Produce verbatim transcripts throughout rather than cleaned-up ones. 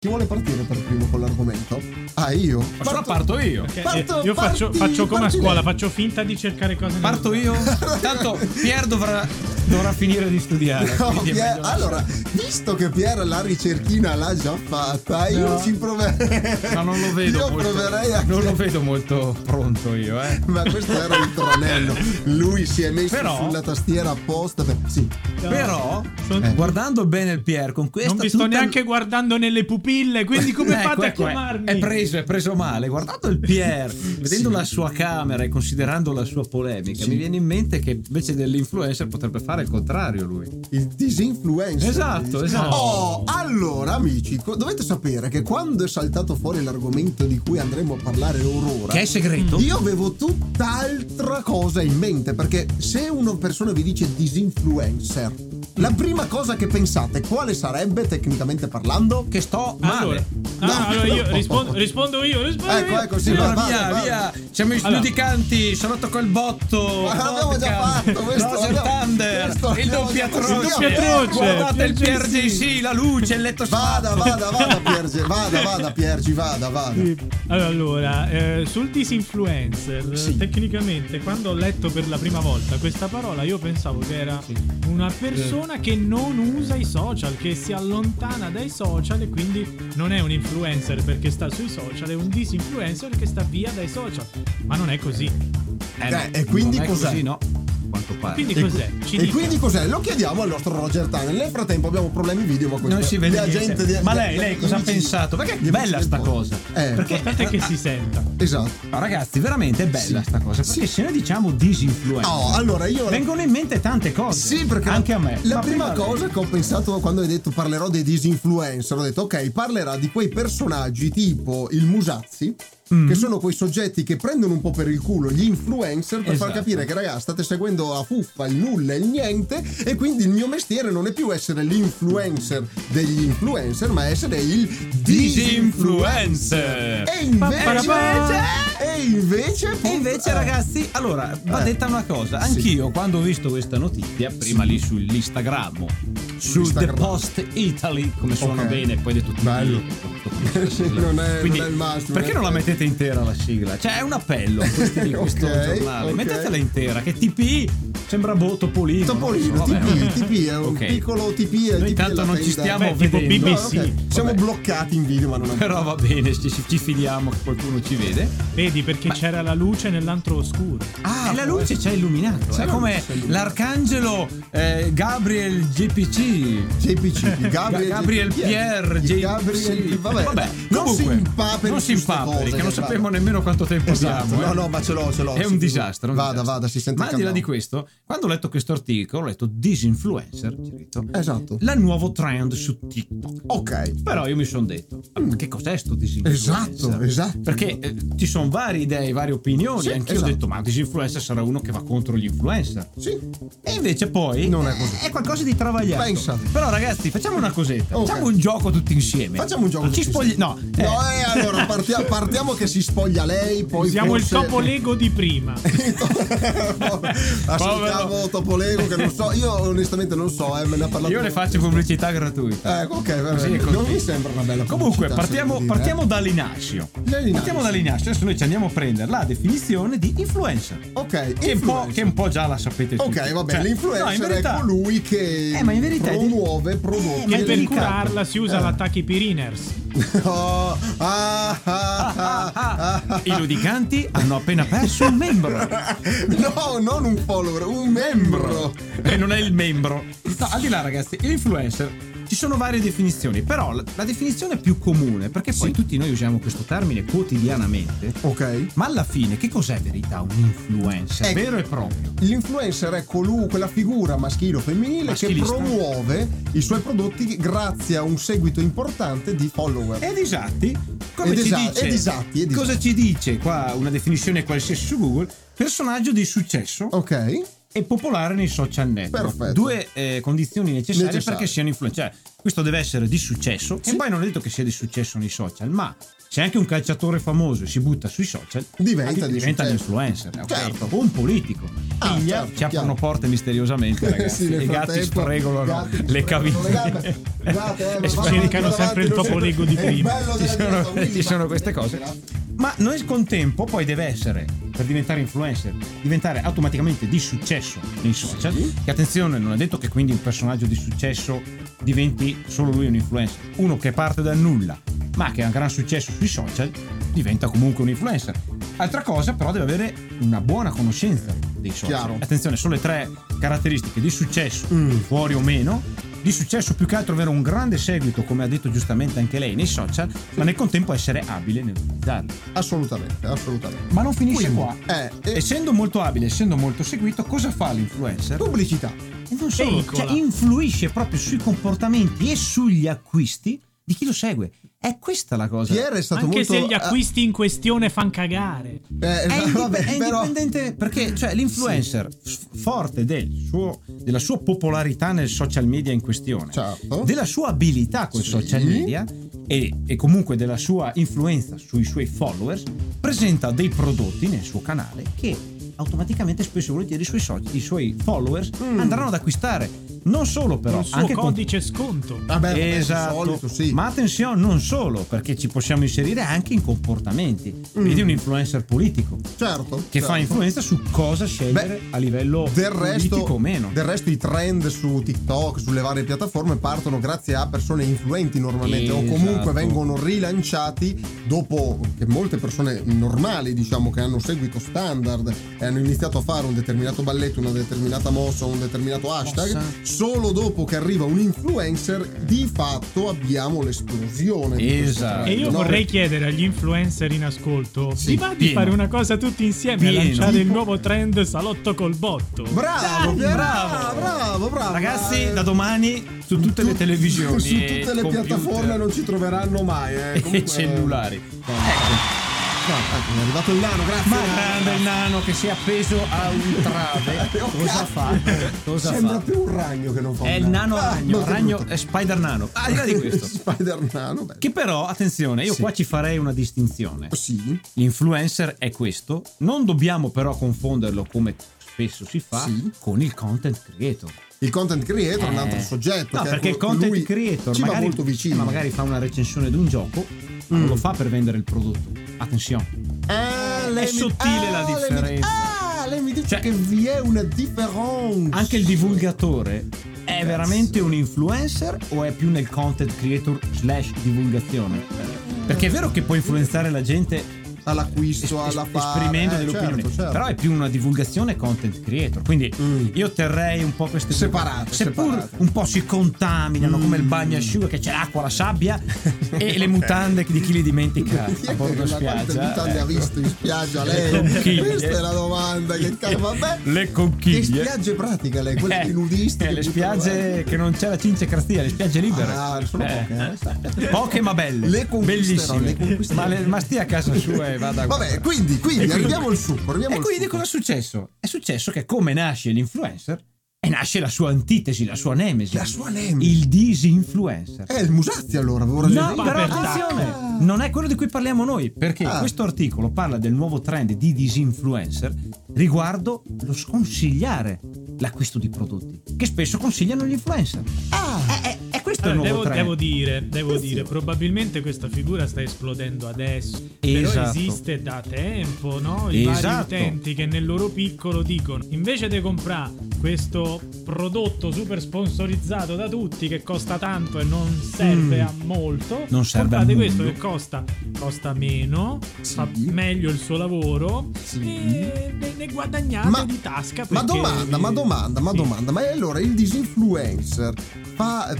Chi vuole partire per primo con l'argomento? Ah, io? Ma parto, parto io. Okay, parto, io faccio, parti, faccio come a scuola, lei. faccio finta di cercare cose. Parto io. Tanto Pier dovrà, dovrà finire di studiare. No, Pier, allora, visto che Pier la ricerchina l'ha già fatta, io no. ci proverei. Ma non lo vedo. Io molto, proverei a... Non lo vedo molto pronto io, eh. Ma questo era il tranello. Lui si è messo Però, sulla tastiera apposta per... Sì. No. Però, Sono... eh. guardando bene il Pier con questa non vi sto tutta... neanche guardando nelle pupille, quindi come ecco, fate ecco, a chiamarmi? È preso, è preso male. Guardando il Pier, vedendo Sì. la sua camera e considerando la sua polemica, Sì. mi viene in mente che invece dell'influencer potrebbe fare il contrario lui. Il disinfluencer. Esatto, esatto. Oh, allora amici, co- dovete sapere che quando è saltato fuori l'argomento di cui andremo a parlare ora, Che è segreto? io avevo tutt'altra cosa in mente, perché se una persona vi dice disinfluencer, la prima cosa che pensate quale sarebbe tecnicamente parlando? Che sto male. Allora, ah, No, allora io no. rispondo, rispondo io, rispondo Ecco, io. ecco, sì, Allora, va, via, vada, vada. via. Siamo i Allora. giudicanti. Salotto col botto. Ma l'abbiamo già vodka, fatto, questo Roger l'abbiamo- Thunder. questo Il l'abbiamo doppio già fatto. atroce. Il doppio atroce. Guardate il Pier Pier J C, la luce, il letto Vada, spazio. vada, vada Piergi, vada, vada Piergi, vada, vada. Sì. Allora, allora eh, sul disinfluencer, Sì. tecnicamente, quando ho letto per la prima volta questa parola, io pensavo che era una persona che non usa i social, che si allontana dai social e quindi non è un influencer perché sta sui social, è un disinfluencer che sta via dai social. Ma non è così. Eh, Eh, e quindi non è cos'è? Così, no? Quanto pare. Quindi E, cos'è? qui- Ci e dica. quindi cos'è? Lo chiediamo al nostro Roger Tanner. Nel frattempo abbiamo problemi video, ma questo Non si vede la niente. gente di- Ma di- lei, di- lei cosa ha amici- pensato? Perché è gli amici bella del sta pod. cosa. Eh, Perché L'importante è che si senta. esatto. No, ragazzi, veramente è bella Sì. sta cosa. Perché Sì. se noi diciamo disinfluencer, No, allora io vengono in mente tante cose. Sì, perché anche a me. La Ma prima lei. cosa che ho pensato quando hai detto parlerò dei disinfluencer, ho detto ok, parlerà di quei personaggi tipo il Musazzi, Mm. che sono quei soggetti che prendono un po' per il culo gli influencer per far Esatto. capire che ragazzi state seguendo a fuffa il nulla e il niente, e quindi il mio mestiere non è più essere l'influencer degli influencer, ma essere il disinfluencer. Disinfluencer. E invece, e invece, E invece, eh, ragazzi, allora va Eh. detta una cosa. Anch'io, quando ho visto questa notizia, prima lì sull'Instagram, su Instagram. The Post Italy, come suona Ok. bene, poi detto tutti. Bello. Quindi, non è, quindi, non è il massimo. perché non la mettete intera la sigla? Cioè, è un appello questi di questo Ok, giornale. ok. Mettetela intera, che T P sembra boh, Topolino. Topolino, non so, vabbè, T P, vabbè. T P è un Ok. piccolo T P. è Noi T P tanto della non ci tenda. stiamo Beh, tipo vedendo. B B No, C. ok. Siamo Vabbè. bloccati in video, ma non abbiamo. Però va bene, ci, ci fidiamo che qualcuno ci vede. Vedi, perché c'era la luce nell'antro oscuro. Ah, e la luce ci ha illuminato. Sì, È la come luce ci ha illuminato. l'arcangelo eh, Gabriel G P C. J P C, Gabriel, Gabriel Pierre J P C. Gabriel, vabbè, non non si si impaperi non si su ste impaperi, cose, che non va. sappiamo nemmeno quanto tempo Esatto, abbiamo. no, eh. no, ma ce l'ho, ce l'ho. È un sì, disastro. un Vada, disastro. vada, si sente Ma il al di là di countdown. questo, quando ho letto questo articolo, ho letto disinfluencer, c'è scritto, Esatto. la nuovo trend su TikTok. Ok. Però io mi sono detto, ma che cos'è sto disinfluencer? Esatto, esatto. Perché eh, ci sono varie idee, varie opinioni. Sì, Anch'io esatto. ho detto, ma disinfluencer sarà uno che va contro gli influencer. Sì. E invece poi Non è così. è qualcosa di travagliato. Pensa. Però ragazzi, facciamo una cosetta. Ok. Facciamo un gioco tutti insieme. Facciamo un gioco Ci tutti spogli... insieme. No, eh, No, eh, allora partia- partiamo che si spoglia lei, poi Usiamo forse... il topo Lego di prima. Ascoltiamo Topolego che non so, io onestamente non so, eh, me ne ha parlato. io le faccio pubblicità gratuita. Ecco, ok, va Così bene. è così. Non mi sembra una bella Comunque, pubblicità, partiamo, se devo dire, partiamo dall'Inascio. Dall'Inascio. Partiamo dall'Inascio. Adesso noi ci andiamo a prendere la definizione di influencer. eh. Ok, Che un, po', influencer. che un po' già la sapete tutti. Ok, vabbè, Cioè, l'influencer no, in verità- è colui che Eh, ma in verità è di- promuove prodotti. Eh, ma E è per delicato. curarla si usa Eh. la tachipirинers. Oh, ah, ah, ah, ah, ah. I ludicanti hanno appena perso un membro. No, non un follower, un membro. E non è il membro. No, al di là, ragazzi, l'influencer, ci sono varie definizioni, però la, la definizione più comune, perché poi Sì. tutti noi usiamo questo termine quotidianamente, Ok. ma alla fine che cos'è in verità un influencer Ecco. vero e proprio? L'influencer è colui, quella figura maschile o femminile Maschilista. che promuove i suoi prodotti grazie a un seguito importante di follower. Ed esatti, come Ed ci esa- dice, ed esatti, ed cosa esatti. ci dice qua una definizione qualsiasi su Google? Personaggio di successo Ok. e popolare nei social network. Perfetto. Due eh, condizioni necessarie, Necessarie. perché siano influencer. Cioè, questo deve essere di successo, Sì. e poi non è detto che sia di successo nei social, ma se anche un calciatore famoso si butta sui social, Diventa anche di diventa successo. l'influencer, ok? Certo. O un politico. Ah, Figlia, certo, ci aprono chiaro. porte misteriosamente, ragazzi. Sì, nel I gatti frattempo, sfregolano gatti le sfregolano caviglie. le gambe. Guardate, eh, E ma sfregano- cercano sempre il topo Lego di È prima. bello ci della sono, dieta Willy, ci sono ma- queste cose, ma nel contempo poi deve essere, per diventare influencer, diventare automaticamente di successo nei social. Sì. Che attenzione, non è detto che quindi un personaggio di successo diventi solo lui un influencer. Uno che parte dal nulla ma che ha un gran successo sui social diventa comunque un influencer. Altra cosa, però, deve avere una buona conoscenza dei social. Chiaro. Attenzione, sono le tre caratteristiche di successo, Mm. fuori o meno. Di successo più che altro avere un grande seguito, come ha detto giustamente anche lei, nei social, ma nel contempo essere abile nell'utilizzarli. Assolutamente, assolutamente. Ma non finisce Quindi, qua. eh, eh, Essendo molto abile, essendo molto seguito, cosa fa l'influencer? pubblicità. E non solo, Veicola. cioè influisce proprio sui comportamenti e sugli acquisti di chi lo segue. È questa la cosa. Pierre è stato Anche molto se gli acquisti in questione fan cagare. eh, È, indip- vabbè, è però indipendente, perché cioè l'influencer f- forte del suo, della sua popolarità nel social media in questione, Certo. della sua abilità col Sì. social media e, e comunque della sua influenza sui suoi followers, presenta dei prodotti nel suo canale che automaticamente spesso e volentieri i suoi, soci, i suoi followers Mm. andranno ad acquistare. Non solo però, Il suo anche con- codice sconto. vabbè, vabbè, di Esatto, solito, sì. ma attenzione, non solo, perché ci possiamo inserire anche in comportamenti. Vedi un influencer politico certo, che certo. fa influenza su cosa scegliere Beh, a livello del politico resto, o meno. del resto i trend su TikTok, sulle varie piattaforme partono grazie a persone influenti normalmente, o comunque Esatto. vengono rilanciati dopo che molte persone normali, diciamo, che hanno seguito standard e hanno iniziato a fare un determinato balletto, una determinata mossa, un determinato hashtag. Mossa. Solo dopo che arriva un influencer di fatto abbiamo l'esplosione di questo Esatto. trend, E io no? vorrei chiedere agli influencer in ascolto: Sì, vi va di pieno. fare una cosa tutti insieme Pieno. e lanciare il Tipo- nuovo trend salotto col botto? Bravo, Dai, Pier- bravo. bravo, bravo. Ragazzi, Eh, da domani su tutte le tu- televisioni, su tutte e le computer piattaforme non ci troveranno mai, eh. e Comunque, cellulari. Ecco, No, ecco, è arrivato il nano, grazie. ma grande il nano che si è appeso a un trave. Oh, Cosa cazzo. fa? Cosa Sembra fa? più un ragno che non fa È un il nano Ah, ragno, molto ragno brutto. è Spider Nano. Ah, al di là di questo. Spider nano, beh. Che però, attenzione, io Sì. qua ci farei una distinzione. Sì, L'influencer è questo, non dobbiamo però confonderlo, come spesso si fa, Sì. con il content creator. il content creator è un Eh, altro soggetto. No, che è perché il quello- content lui creator ci va magari, molto vicino. ma magari fa una recensione di un gioco, ma non lo fa per vendere il prodotto. Attenzione. Ah, lei È mi- sottile la ah, lei mi- differenza. Ah, lei mi dice Cioè- che vi è una differenza. Anche il divulgatore è veramente un influencer o è più nel content creator slash divulgazione? Perché è vero che può influenzare la gente all'acquisto, es- alla fare, esprimendo eh, delle certo, opinioni, certo. però è più una divulgazione content creator, quindi Mm. io terrei un po' queste Separate, seppur separate. un po' si contaminano come il Mm. bagnasciuga che c'è l'acqua, la sabbia e le mutande di chi li dimentica a bordo Ma quante spiaggia. mutande ha ecco. visto in spiaggia Le lei? conchiglie. Questa è la domanda che cazzo, vabbè. Le Che conchiglie. spiagge pratica lei? Quelle Eh, di nudisti? eh, che le buttano- spiagge che non c'è la cincecrazia, le spiagge libere. Ah, sono Eh. poche, eh. Poche ma belle. Le conquisterò, bellissime. le conquisterò. Ma, le- ma stia a casa sua e vada a Vabbè, guardare. quindi, quindi arriviamo al succo. Arriviamo E al quindi succo. cosa è successo? È successo che come nasce l'influencer e nasce la sua antitesi, la sua nemesi. La sua nemesi. Il disinfluencer. Eh, il Musazzi allora, avevo ragione. No, ma però per attenzione, Ah. non è quello di cui parliamo noi, perché Ah. questo articolo parla del nuovo trend di disinfluencer riguardo lo sconsigliare l'acquisto di prodotti, che spesso consigliano gli influencer. Ah, È, è- è questo Allora, il nuovo devo, trend. devo dire, devo dire, probabilmente questa figura sta esplodendo adesso. Però Esatto. esiste da tempo, no? I vari Esatto. utenti che nel loro piccolo dicono: invece di comprare questo prodotto super sponsorizzato da tutti che costa tanto e non serve Mm. a molto, Non serve comprate a questo nulla. che costa, costa meno, Sì. fa meglio il suo lavoro Sì. e ne, ne guadagnate Ma- di tasca. ma perché domanda, vi- ma domanda, ma Sì. domanda, ma allora il disinfluencer fa eh, praticamente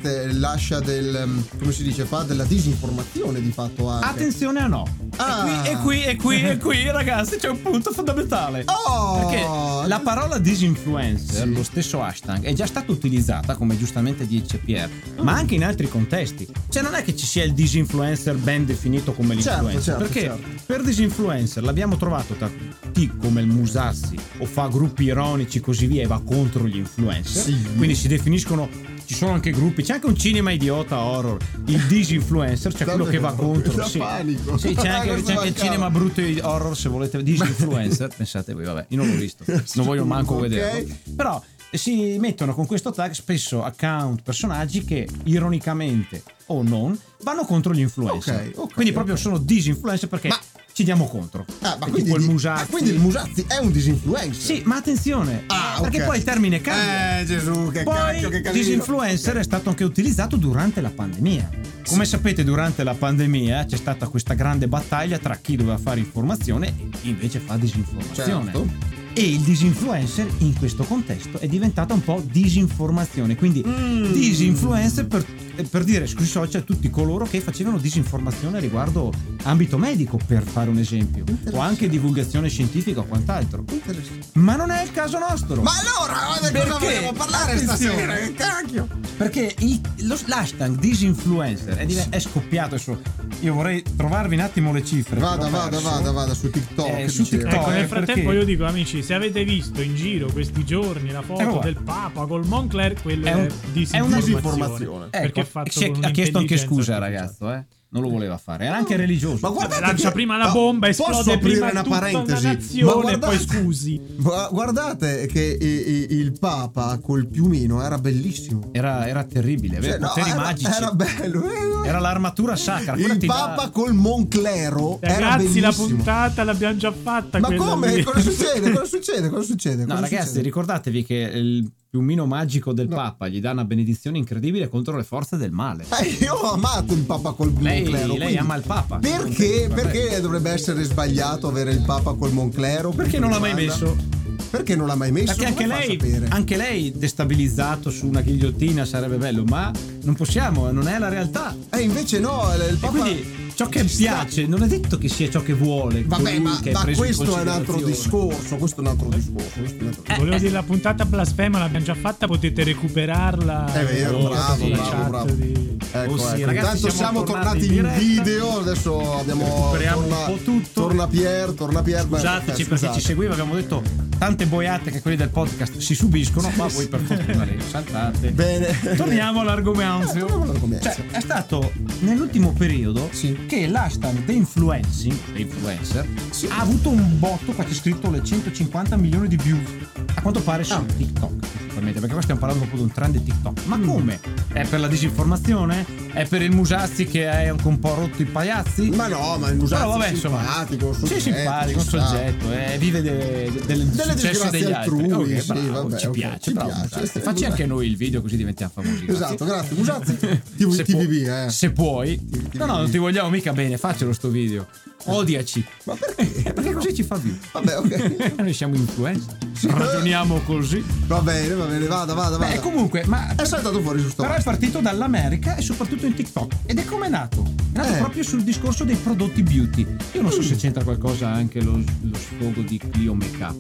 praticamente lascia del, come si dice, fa della disinformazione di fatto anche. Attenzione a no. Ah. E qui, e qui, e qui, e qui, ragazzi, c'è un punto fondamentale. Oh! Perché la parola disinfluencer, Sì. lo stesso hashtag, è già stata utilizzata, come giustamente dice Pier, ma anche in altri contesti. Cioè non è che ci sia il disinfluencer ben definito come Certo, l'influencer, certo, perché certo. per disinfluencer l'abbiamo trovato tra chi come il Musassi o fa gruppi ironici così via e va contro gli influencer. Sì. Quindi si definiscono, ci sono anche gruppi, c'è anche un cinema idiota horror, il disinfluencer, c'è quello che va contro. Da Sì, panico. sì, c'è anche, Questo c'è anche il mancava. cinema brutto horror, se volete, disinfluencer, pensate voi, vabbè, io non l'ho visto, non voglio manco Ok. vederlo. Però si mettono con questo tag spesso account, personaggi che ironicamente o non vanno contro gli influencer. Ok, ok, quindi ok. proprio sono disinfluencer perché Ma- ci diamo contro. Ah, ma È quindi, tipo il di- Musazzi. ah, quindi il Musazzi è un disinfluencer. Sì, ma attenzione, Ah, perché ok. poi il termine cambia. Eh, Gesù, che Poi cacchio, che casino. disinfluencer è stato anche utilizzato durante la pandemia. Come sapete, durante la pandemia c'è stata questa grande battaglia tra chi doveva fare informazione e chi invece fa disinformazione. Certo. E il disinfluencer in questo contesto è diventata un po' disinformazione. Quindi Mm. disinfluencer per, per dire sui social tutti coloro che facevano disinformazione riguardo ambito medico, per fare un esempio, o anche divulgazione scientifica o quant'altro. Interessante. Ma non è il caso nostro. Ma allora, di cosa Perché? volevo parlare Attenzione. stasera? Che cacchio. Perché il- lo, l'hashtag disinfluencer è, div- è scoppiato. Adesso io vorrei trovarvi un attimo le cifre. Vada, che ho vada, perso. vada, vada su TikTok. Eh, su dicevo. TikTok. Ecco, nel eh, frattempo perché- io dico, amici, se avete visto in giro questi giorni la foto Ecco qua. del Papa col Moncler, quella È è, un- è una disinformazione. Perché Ecco, è fatto si è- con ha chiesto anche un'intelligenza scusa, artificiale. ragazzo, eh. Non lo voleva fare. Era anche religioso. Ma guardate Lancia che- prima la ma bomba, posso esplode aprire prima una tutta parentesi? una Ma nazione e guardate- poi scusi. Gua- Guardate che i- i- il Papa col piumino era bellissimo. Era, era terribile, aveva Cioè, no, poteri era, magici. era bello. Era l'armatura sacra. quella Il ti dà- Papa col Monclero era Ragazzi, la bellissimo. puntata l'abbiamo già fatta. Ma quella come? lì. Cosa succede? Cosa succede? Cosa succede? No, Cosa ragazzi, succede? ricordatevi che il piumino magico del No. Papa gli dà una benedizione incredibile contro le forze del male. Eh, io ho amato il Papa col Lei, Monclero. lei quindi ama il Papa. Perché? Vabbè. Perché dovrebbe essere sbagliato avere il Papa col Monclero? Perché non l'ha mai Domanda. messo? Perché non l'ha mai messo? Perché anche Come fa a lei, sapere? anche lei destabilizzato su una ghigliottina sarebbe bello, ma non possiamo, non è la realtà. Eh, invece no, il E Papa... quindi ciò che ci piace non è detto che sia ciò che vuole. Vabbè, colui ma, che è ma preso in questo è un altro considerazione. discorso. Questo è un altro discorso. Questo è un altro discorso. Volevo dire, la puntata blasfema l'abbiamo già fatta, potete recuperarla. È vero, Oh, bravo, sì, bravo, chat bravo. di- Ecco, Oh sì, ecco. ragazzi, Intanto siamo siamo tornati tornati in in diretta. video. Adesso abbiamo. Recuperiamo torna, un po' tutto. Torna Pier, torna Pier. beh, Scusateci eh, perché scusate. ci seguiva, abbiamo detto tante boiate che quelli del podcast si subiscono, ma voi per fortuna le saltate. Bene. Torniamo all'argomento. Eh, torniamo all'argomento. Cioè, è stato nell'ultimo periodo Sì. che l'hashtag The Influencing, The Influencer, Sì. ha avuto un botto, qua c'è scritto le centocinquanta milioni di views. A quanto pare su Ah. TikTok, principalmente, perché qua stiamo parlando un po' di un trend di TikTok. Ma Mm. come? È per la disinformazione? È per il Musazzi che è anche un po' rotto i pagliazzi? Ma no, ma il Musazzi Però vabbè, è insomma, simpatico. un sì, soggetto, simpatico, un ci sta. soggetto, eh, vive de- de- del Delle successo disgrazie degli altri. altrui, Ok, sì, bravo, vabbè, ci ok, piace, ci bravo, piace. Musazzi. Facci anche noi il video così diventiamo famosi. Esatto, grazie. Musazzi, Se T V B, pu- eh. Se puoi. T V No, no, non ti vogliamo mica bene, faccelo sto video. Odiaci. Ma perché? Perché così ci fa più. Vabbè, ok. Noi siamo influencer. Ragioniamo così. Va bene, va bene, vada, vada, vada. Beh, comunque, ma È saltato fuori giusto. però è partito dall'America e soprattutto in TikTok. Ed è come è nato? È nato Eh. proprio sul discorso dei prodotti beauty. Io non so se c'entra qualcosa anche lo, lo sfogo di Clio Makeup.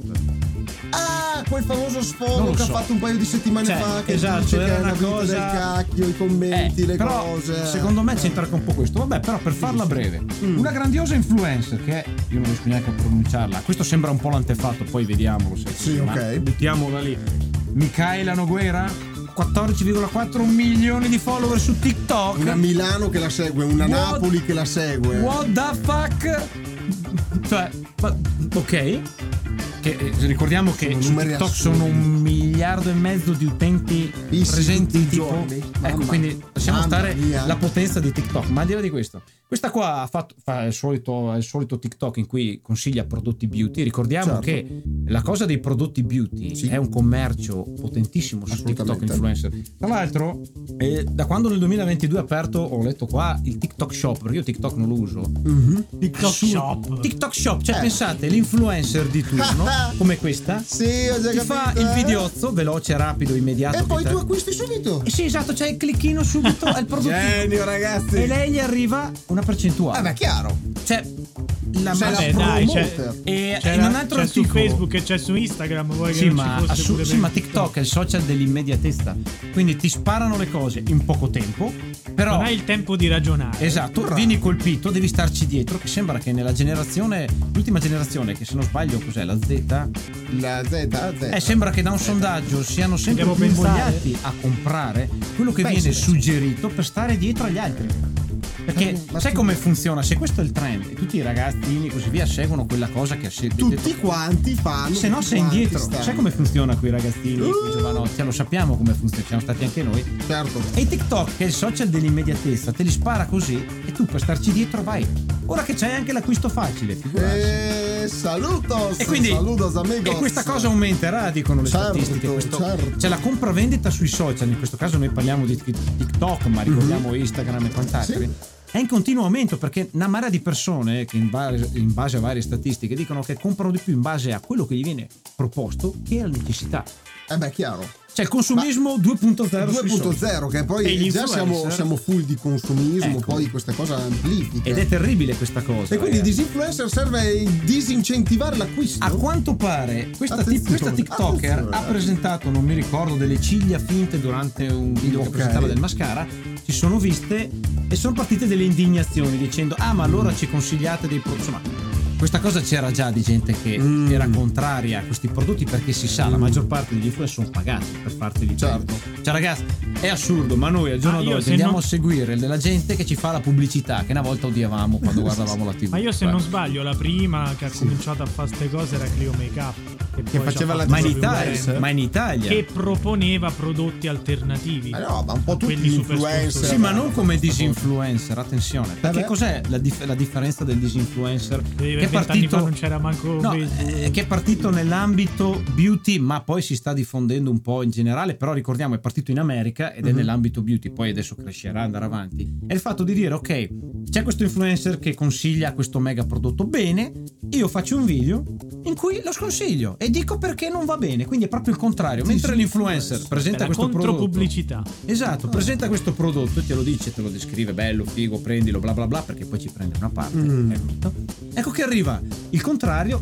Ah, quel famoso Non sfogo lo che so. ha fatto un paio di settimane Cioè, fa. Che esatto, dice era che è una una vita cosa- del cacchio, i commenti, Eh, le però, cose. secondo me c'entra anche un po' questo. Vabbè, però per farla breve, una grandiosa influencer che io non riesco neanche a pronunciarla. Questo sembra un po' l'antefatto, poi vediamolo se è Sì, così, ma ok. buttiamola lì. Micaela Noguera, quattordici virgola quattro milioni di follower su TikTok. Una Milano che la segue, una What? Napoli che la segue. What the fuck? Cioè, ma- ok. Che, eh, ricordiamo che Sono su numeri TikTok assurdi. sono un miliardo e mezzo di utenti Fissi presenti tutti i tipo. giorni. Ecco, Mamma- quindi lasciamo mamma stare mia. la potenza di TikTok. Ma al di là di questo, Questa qua ha fatto, fa il solito, il solito TikTok in cui consiglia prodotti beauty. Ricordiamo Certo. che la cosa dei prodotti beauty Sì. è un commercio potentissimo su TikTok Assolutamente. influencer. Tra l'altro, eh, da quando nel duemilaventidue è aperto, ho letto qua il TikTok Shop, perché io TikTok non lo uso. TikTok Su- Shop. TikTok Shop, cioè Eh. pensate, l'influencer di turno, come questa, Sì, ho già ti capito. fa il eh. videozzo veloce, rapido, immediato. E che poi te- tu acquisti subito. Eh sì, esatto, c'è il clicchino subito al prodotto. Genio, ragazzi. E lei gli arriva una percentuale. Eh beh, chiaro. Cioè, la Sei magia- Vabbè, dai, c'è, promoter. E c'è, in un altro c'è su articolo- Facebook e c'è su Instagram. Vuoi che Sì, non ma, ci fosse assu- pure sì, per ma TikTok è il social dell'immediatezza. Quindi ti sparano le cose in poco tempo. Però Non hai il tempo di ragionare. esatto, Bravo. vieni colpito, devi starci dietro. Che sembra che nella generazione, l'ultima generazione, che se non sbaglio cos'è, la Z, La Z, la Z. eh, sembra che da un sondaggio siano sempre Devo più pensare. invogliati a comprare quello che Beh, viene sì, beh, suggerito per stare dietro agli altri. Perché Eh, ma sai tu- come funziona? Se questo è il trend e tutti i ragazzini così via seguono quella cosa che ha scelto, Tutti quanti fanno. se no tutti sei quanti indietro. stanno. Sai come funziona con i ragazzini, con i Uh. giovanotti? Lo sappiamo come funziona, siamo stati anche noi. Certo. E il TikTok, che è il social dell'immediatezza, te li spara così e tu per starci dietro vai. Ora che c'hai anche l'acquisto facile, figurati. E salutos. E quindi salutos amigos. e questa cosa aumenterà, dicono le Certo, statistiche. Questo, certo. C'è la compravendita sui social, in questo caso noi parliamo di TikTok, ma ricordiamo Instagram e quant'altro. Sì. È in continuo aumento perché una marea di persone che in base, in base a varie statistiche dicono che comprano di più in base a quello che gli viene proposto che alla necessità. Eh beh, chiaro. Cioè il consumismo due punto zero sui due punto social. zero che E poi gli già siamo, influencer? siamo full di consumismo, Ecco. poi questa cosa amplifica. Ed è terribile questa cosa. e quindi il ragazzi. disinfluencer serve a disincentivare l'acquisto. A quanto pare questa, Attenzione, tip- questa TikToker attenzione. ha presentato, non mi ricordo, delle ciglia finte durante un video Ok. che presentava del mascara. Si sono viste e sono partite delle indignazioni dicendo ah ma allora ci consigliate dei prodotti. Insomma, questa cosa c'era già di gente che Mm. era contraria a questi prodotti perché si sa, la maggior parte degli influencer sono pagati per farteli Certo. Cioè ragazzi, è assurdo, ma noi al giorno Ah, io d'oggi se andiamo non- a seguire della gente che ci fa la pubblicità che una volta odiavamo quando guardavamo la tivù. Ma io se Guarda. non sbaglio la prima che ha cominciato a fare queste cose era Clio Makeup che, poi ci ha faceva la fatto ma in proprio un Italia, brand ma in Italia. che proponeva prodotti alternativi. Eh no, ma un po' tutti Quelli gli super influencer. sponsorizzati. Sì, ma non come Questa cosa. disinfluencer, attenzione. Perché beh. cos'è la, dif- la differenza del disinfluencer? Vedi, Che è vent'anni fa partito, non c'era manco no, Facebook. eh, che è partito nell'ambito beauty, ma poi si sta diffondendo un po' in generale. Però ricordiamo, è partito in America ed è Mhm. nell'ambito beauty, poi adesso crescerà, andrà avanti. È il fatto di dire, ok, c'è questo influencer che consiglia questo mega prodotto. Bene, io faccio un video in cui lo sconsiglio e dico perché non va bene. Quindi è proprio il contrario. Mentre l'influencer presenta Era questo prodotto. contropubblicità. Esatto, presenta questo prodotto e te lo dice, te lo descrive, bello, figo, prendilo, bla bla bla, perché poi ci prende una parte. Mm. è tutto. Ecco che arriva il contrario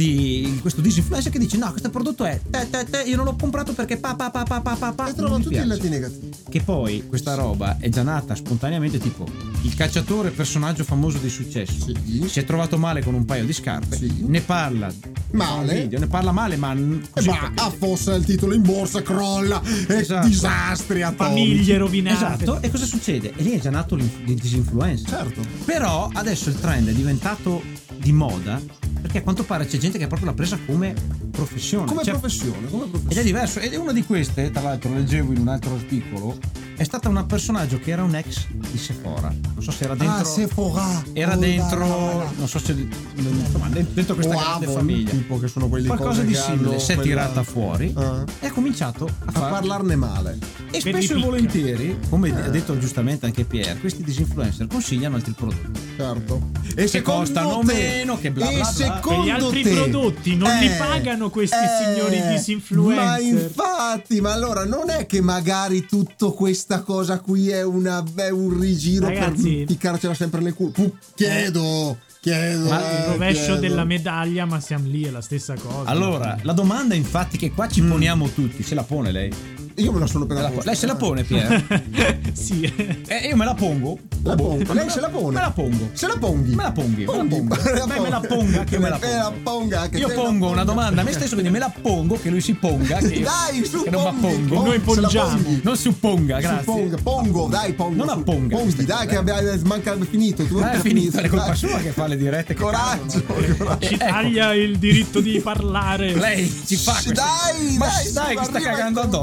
di questo disinfluencer che dice no, questo prodotto è te, te, te, io non l'ho comprato perché pa pa pa pa pa pa, pa E trova non mi tutti i piace. lati negativi. Che poi questa roba è già nata spontaneamente, tipo il cacciatore personaggio famoso di successo Sì. si è trovato male con un paio di scarpe, Sì. ne parla Male. un video, ne parla male ma E così ma perché- affossa il titolo in borsa, crolla, e Esatto. disastri atomici. Famiglie rovinate. esatto, e cosa succede? E lì è già nato l'in- il disinfluencer. Certo. Però adesso il trend è diventato di moda perché a quanto pare c'è gente che proprio l'ha presa come professione. Come Cioè, professione, come ed è professione. diverso. Ed è una di queste, tra l'altro leggevo in un altro articolo, è stata un personaggio che era un ex di Sephora. Non so se era dentro. Ah, Sephora. Era Oh, dentro. là, là, là. Non so se. Insomma, dentro questa O grande Avon, famiglia. tipo che sono quelli Qualcosa cose di che simile. hanno Si è quella- tirata fuori Ah. e ha cominciato a, A fare. parlarne male. E Per spesso e ripicca. volentieri, come ha detto giustamente anche Pierre, questi disinfluencer consigliano altri prodotti. Certo. E Che secondo costano te- meno, che bla e bla bla. secondo E gli altri te- prodotti non li Eh, pagano questi eh, signori disinfluencer. Ma infatti, ma allora non è che magari tutta questa cosa qui è, una, è un rigiro Ragazzi- per piccarcela sempre nel culo? Pu- chiedo, chiedo. Ma il eh, rovescio chiedo. della medaglia, ma siamo lì, è la stessa cosa. Allora, la domanda infatti che qua ci Mm. poniamo tutti, se la pone lei? Io me la sono Se appena la po- posta. lei se la pone, Pierre? sì. Eh, io me la pongo. La pongo. Lei se la pone. Me la pongo. Se la ponghi. Me la ponghi, me la Ponghi. pongo. Beh, me la ponga che me la Me la pongo. ponga che Io te la pongo una ponga. domanda a me stesso, quindi me la pongo, che lui si ponga. Che io, Dai, su, che non mi ponghi, appongo. ponghi, Noi se la poggiamo. ponghi. Non supponga, Su, grazie. ponga, pongo, dai, pongo. Non su. apponga Ponghi, queste dai, cose. che abbia manca finito. Tu Ma è hai finita, è colpa dai. sua che fa le dirette. che Coraggio, cavolo. coraggio. Ci Ecco. taglia il diritto di parlare. Lei ci fa questo. Dai, Ma dai, dai, che sta arriva cagando il- addosso. Lei che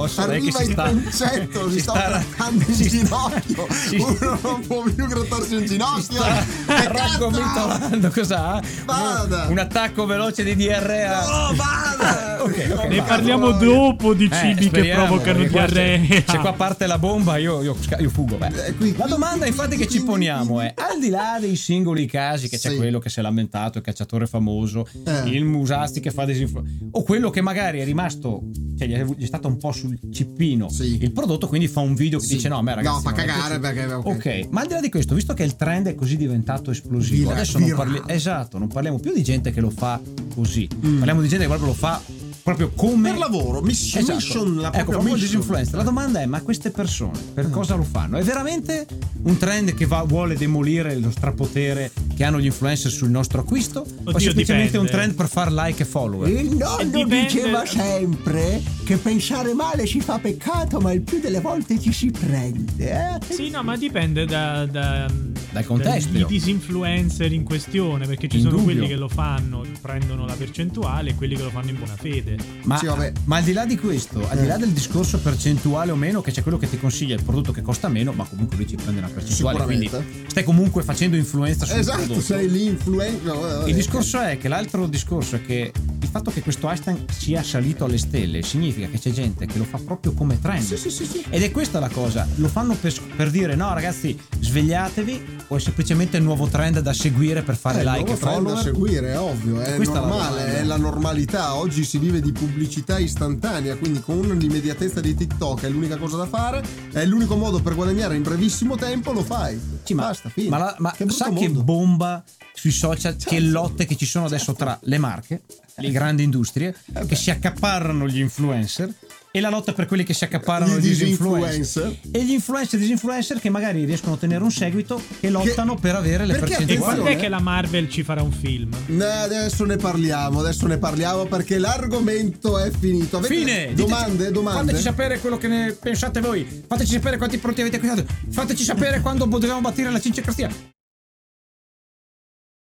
che si il sta concetto, si, si sta sta- grattando il si- ginocchio. si- Uno non può più grattarsi un ginocchio. sta Che raggomitolando. Cos'ha? Vada. Un attacco veloce di diarrea. Oh, vada! Ok, ok, Ne va. parliamo dopo di cibi che speriamo, provocano perché qua diarrea. Se, se qua parte la bomba io, io, io fugo. Beh. Eh, qui- La domanda infatti che ci quindi- poniamo è, al di là dei singoli casi, che c'è Sì. quello che si è lamentato, il cacciatore famoso, Eh. il Musasti che fa disinfluenza, o quello che magari è rimasto, cioè gli è, gli è stato un po' sul cippino Sì. il prodotto, quindi fa un video che Sì. dice no, a me ragazzi No, fa non è cagare piaciuto. perché ok, ma al di là di questo, visto che il trend è così diventato esplosivo, Vira- adesso non virale. parli- esatto, non parliamo più di gente che lo fa così, parliamo di gente che proprio lo fa proprio come per lavoro, mission, Esatto. mission, la ecco, propria proprio mission. disinfluencer. La domanda è: ma queste persone per cosa lo fanno? È veramente un trend che va, vuole demolire lo strapotere che hanno gli influencer sul nostro acquisto? o Oddio, semplicemente dipende. un trend per far like e follower? Il nonno dipende- diceva sempre che pensare male si fa peccato, ma il più delle volte ci si prende. Eh? Sì, no, ma dipende da, da, Dal contesto. dai disinfluencer in questione, perché ci In sono dubbio. quelli che lo fanno, prendono la percentuale, e quelli che lo fanno in buona fede. Ma, Sì, vabbè. ma al di là di questo, al di là del discorso percentuale o meno, che c'è quello che ti consiglia il prodotto che costa meno, ma comunque lui ci prende una percentuale, quindi Sicuramente. stai comunque facendo influenza sul Esatto, prodotto. sei l'influencer. Il discorso è che l'altro discorso è che il fatto che questo hashtag sia salito alle stelle significa che c'è gente che lo fa proprio come trend. Sì, sì, sì, sì. Ed è questa la cosa, lo fanno per, per dire no ragazzi svegliatevi, o è semplicemente il nuovo trend da seguire per fare Eh, like e nuovo trend da follower? seguire, è ovvio, è Questa è la normale, domanda. è la normalità. Oggi si vive di pubblicità istantanea, quindi con l'immediatezza di TikTok è l'unica cosa da fare, è l'unico modo per guadagnare in brevissimo tempo, lo fai. Sì, ma, Basta, fine. ma, la- ma Che brutto sa che mondo. bomba sui social, che lotte che ci sono adesso tra le marche, le grandi industrie che si accaparrano gli influencer, e la lotta per quelli che si accaparrano I i disinfluencer, disinfluencer. e gli influencer e disinfluencer che magari riescono a ottenere un seguito, che lottano per avere le perché E percentuali. quando è attenzione, che la Marvel ci farà un film? No, adesso ne parliamo, adesso ne parliamo perché l'argomento è finito. Avete Fine. domande, Diteci- domande? Fateci sapere quello che ne pensate voi. Fateci sapere quanti prodotti avete acquistato. Fateci sapere quando dobbiamo battere la Cince Cristina.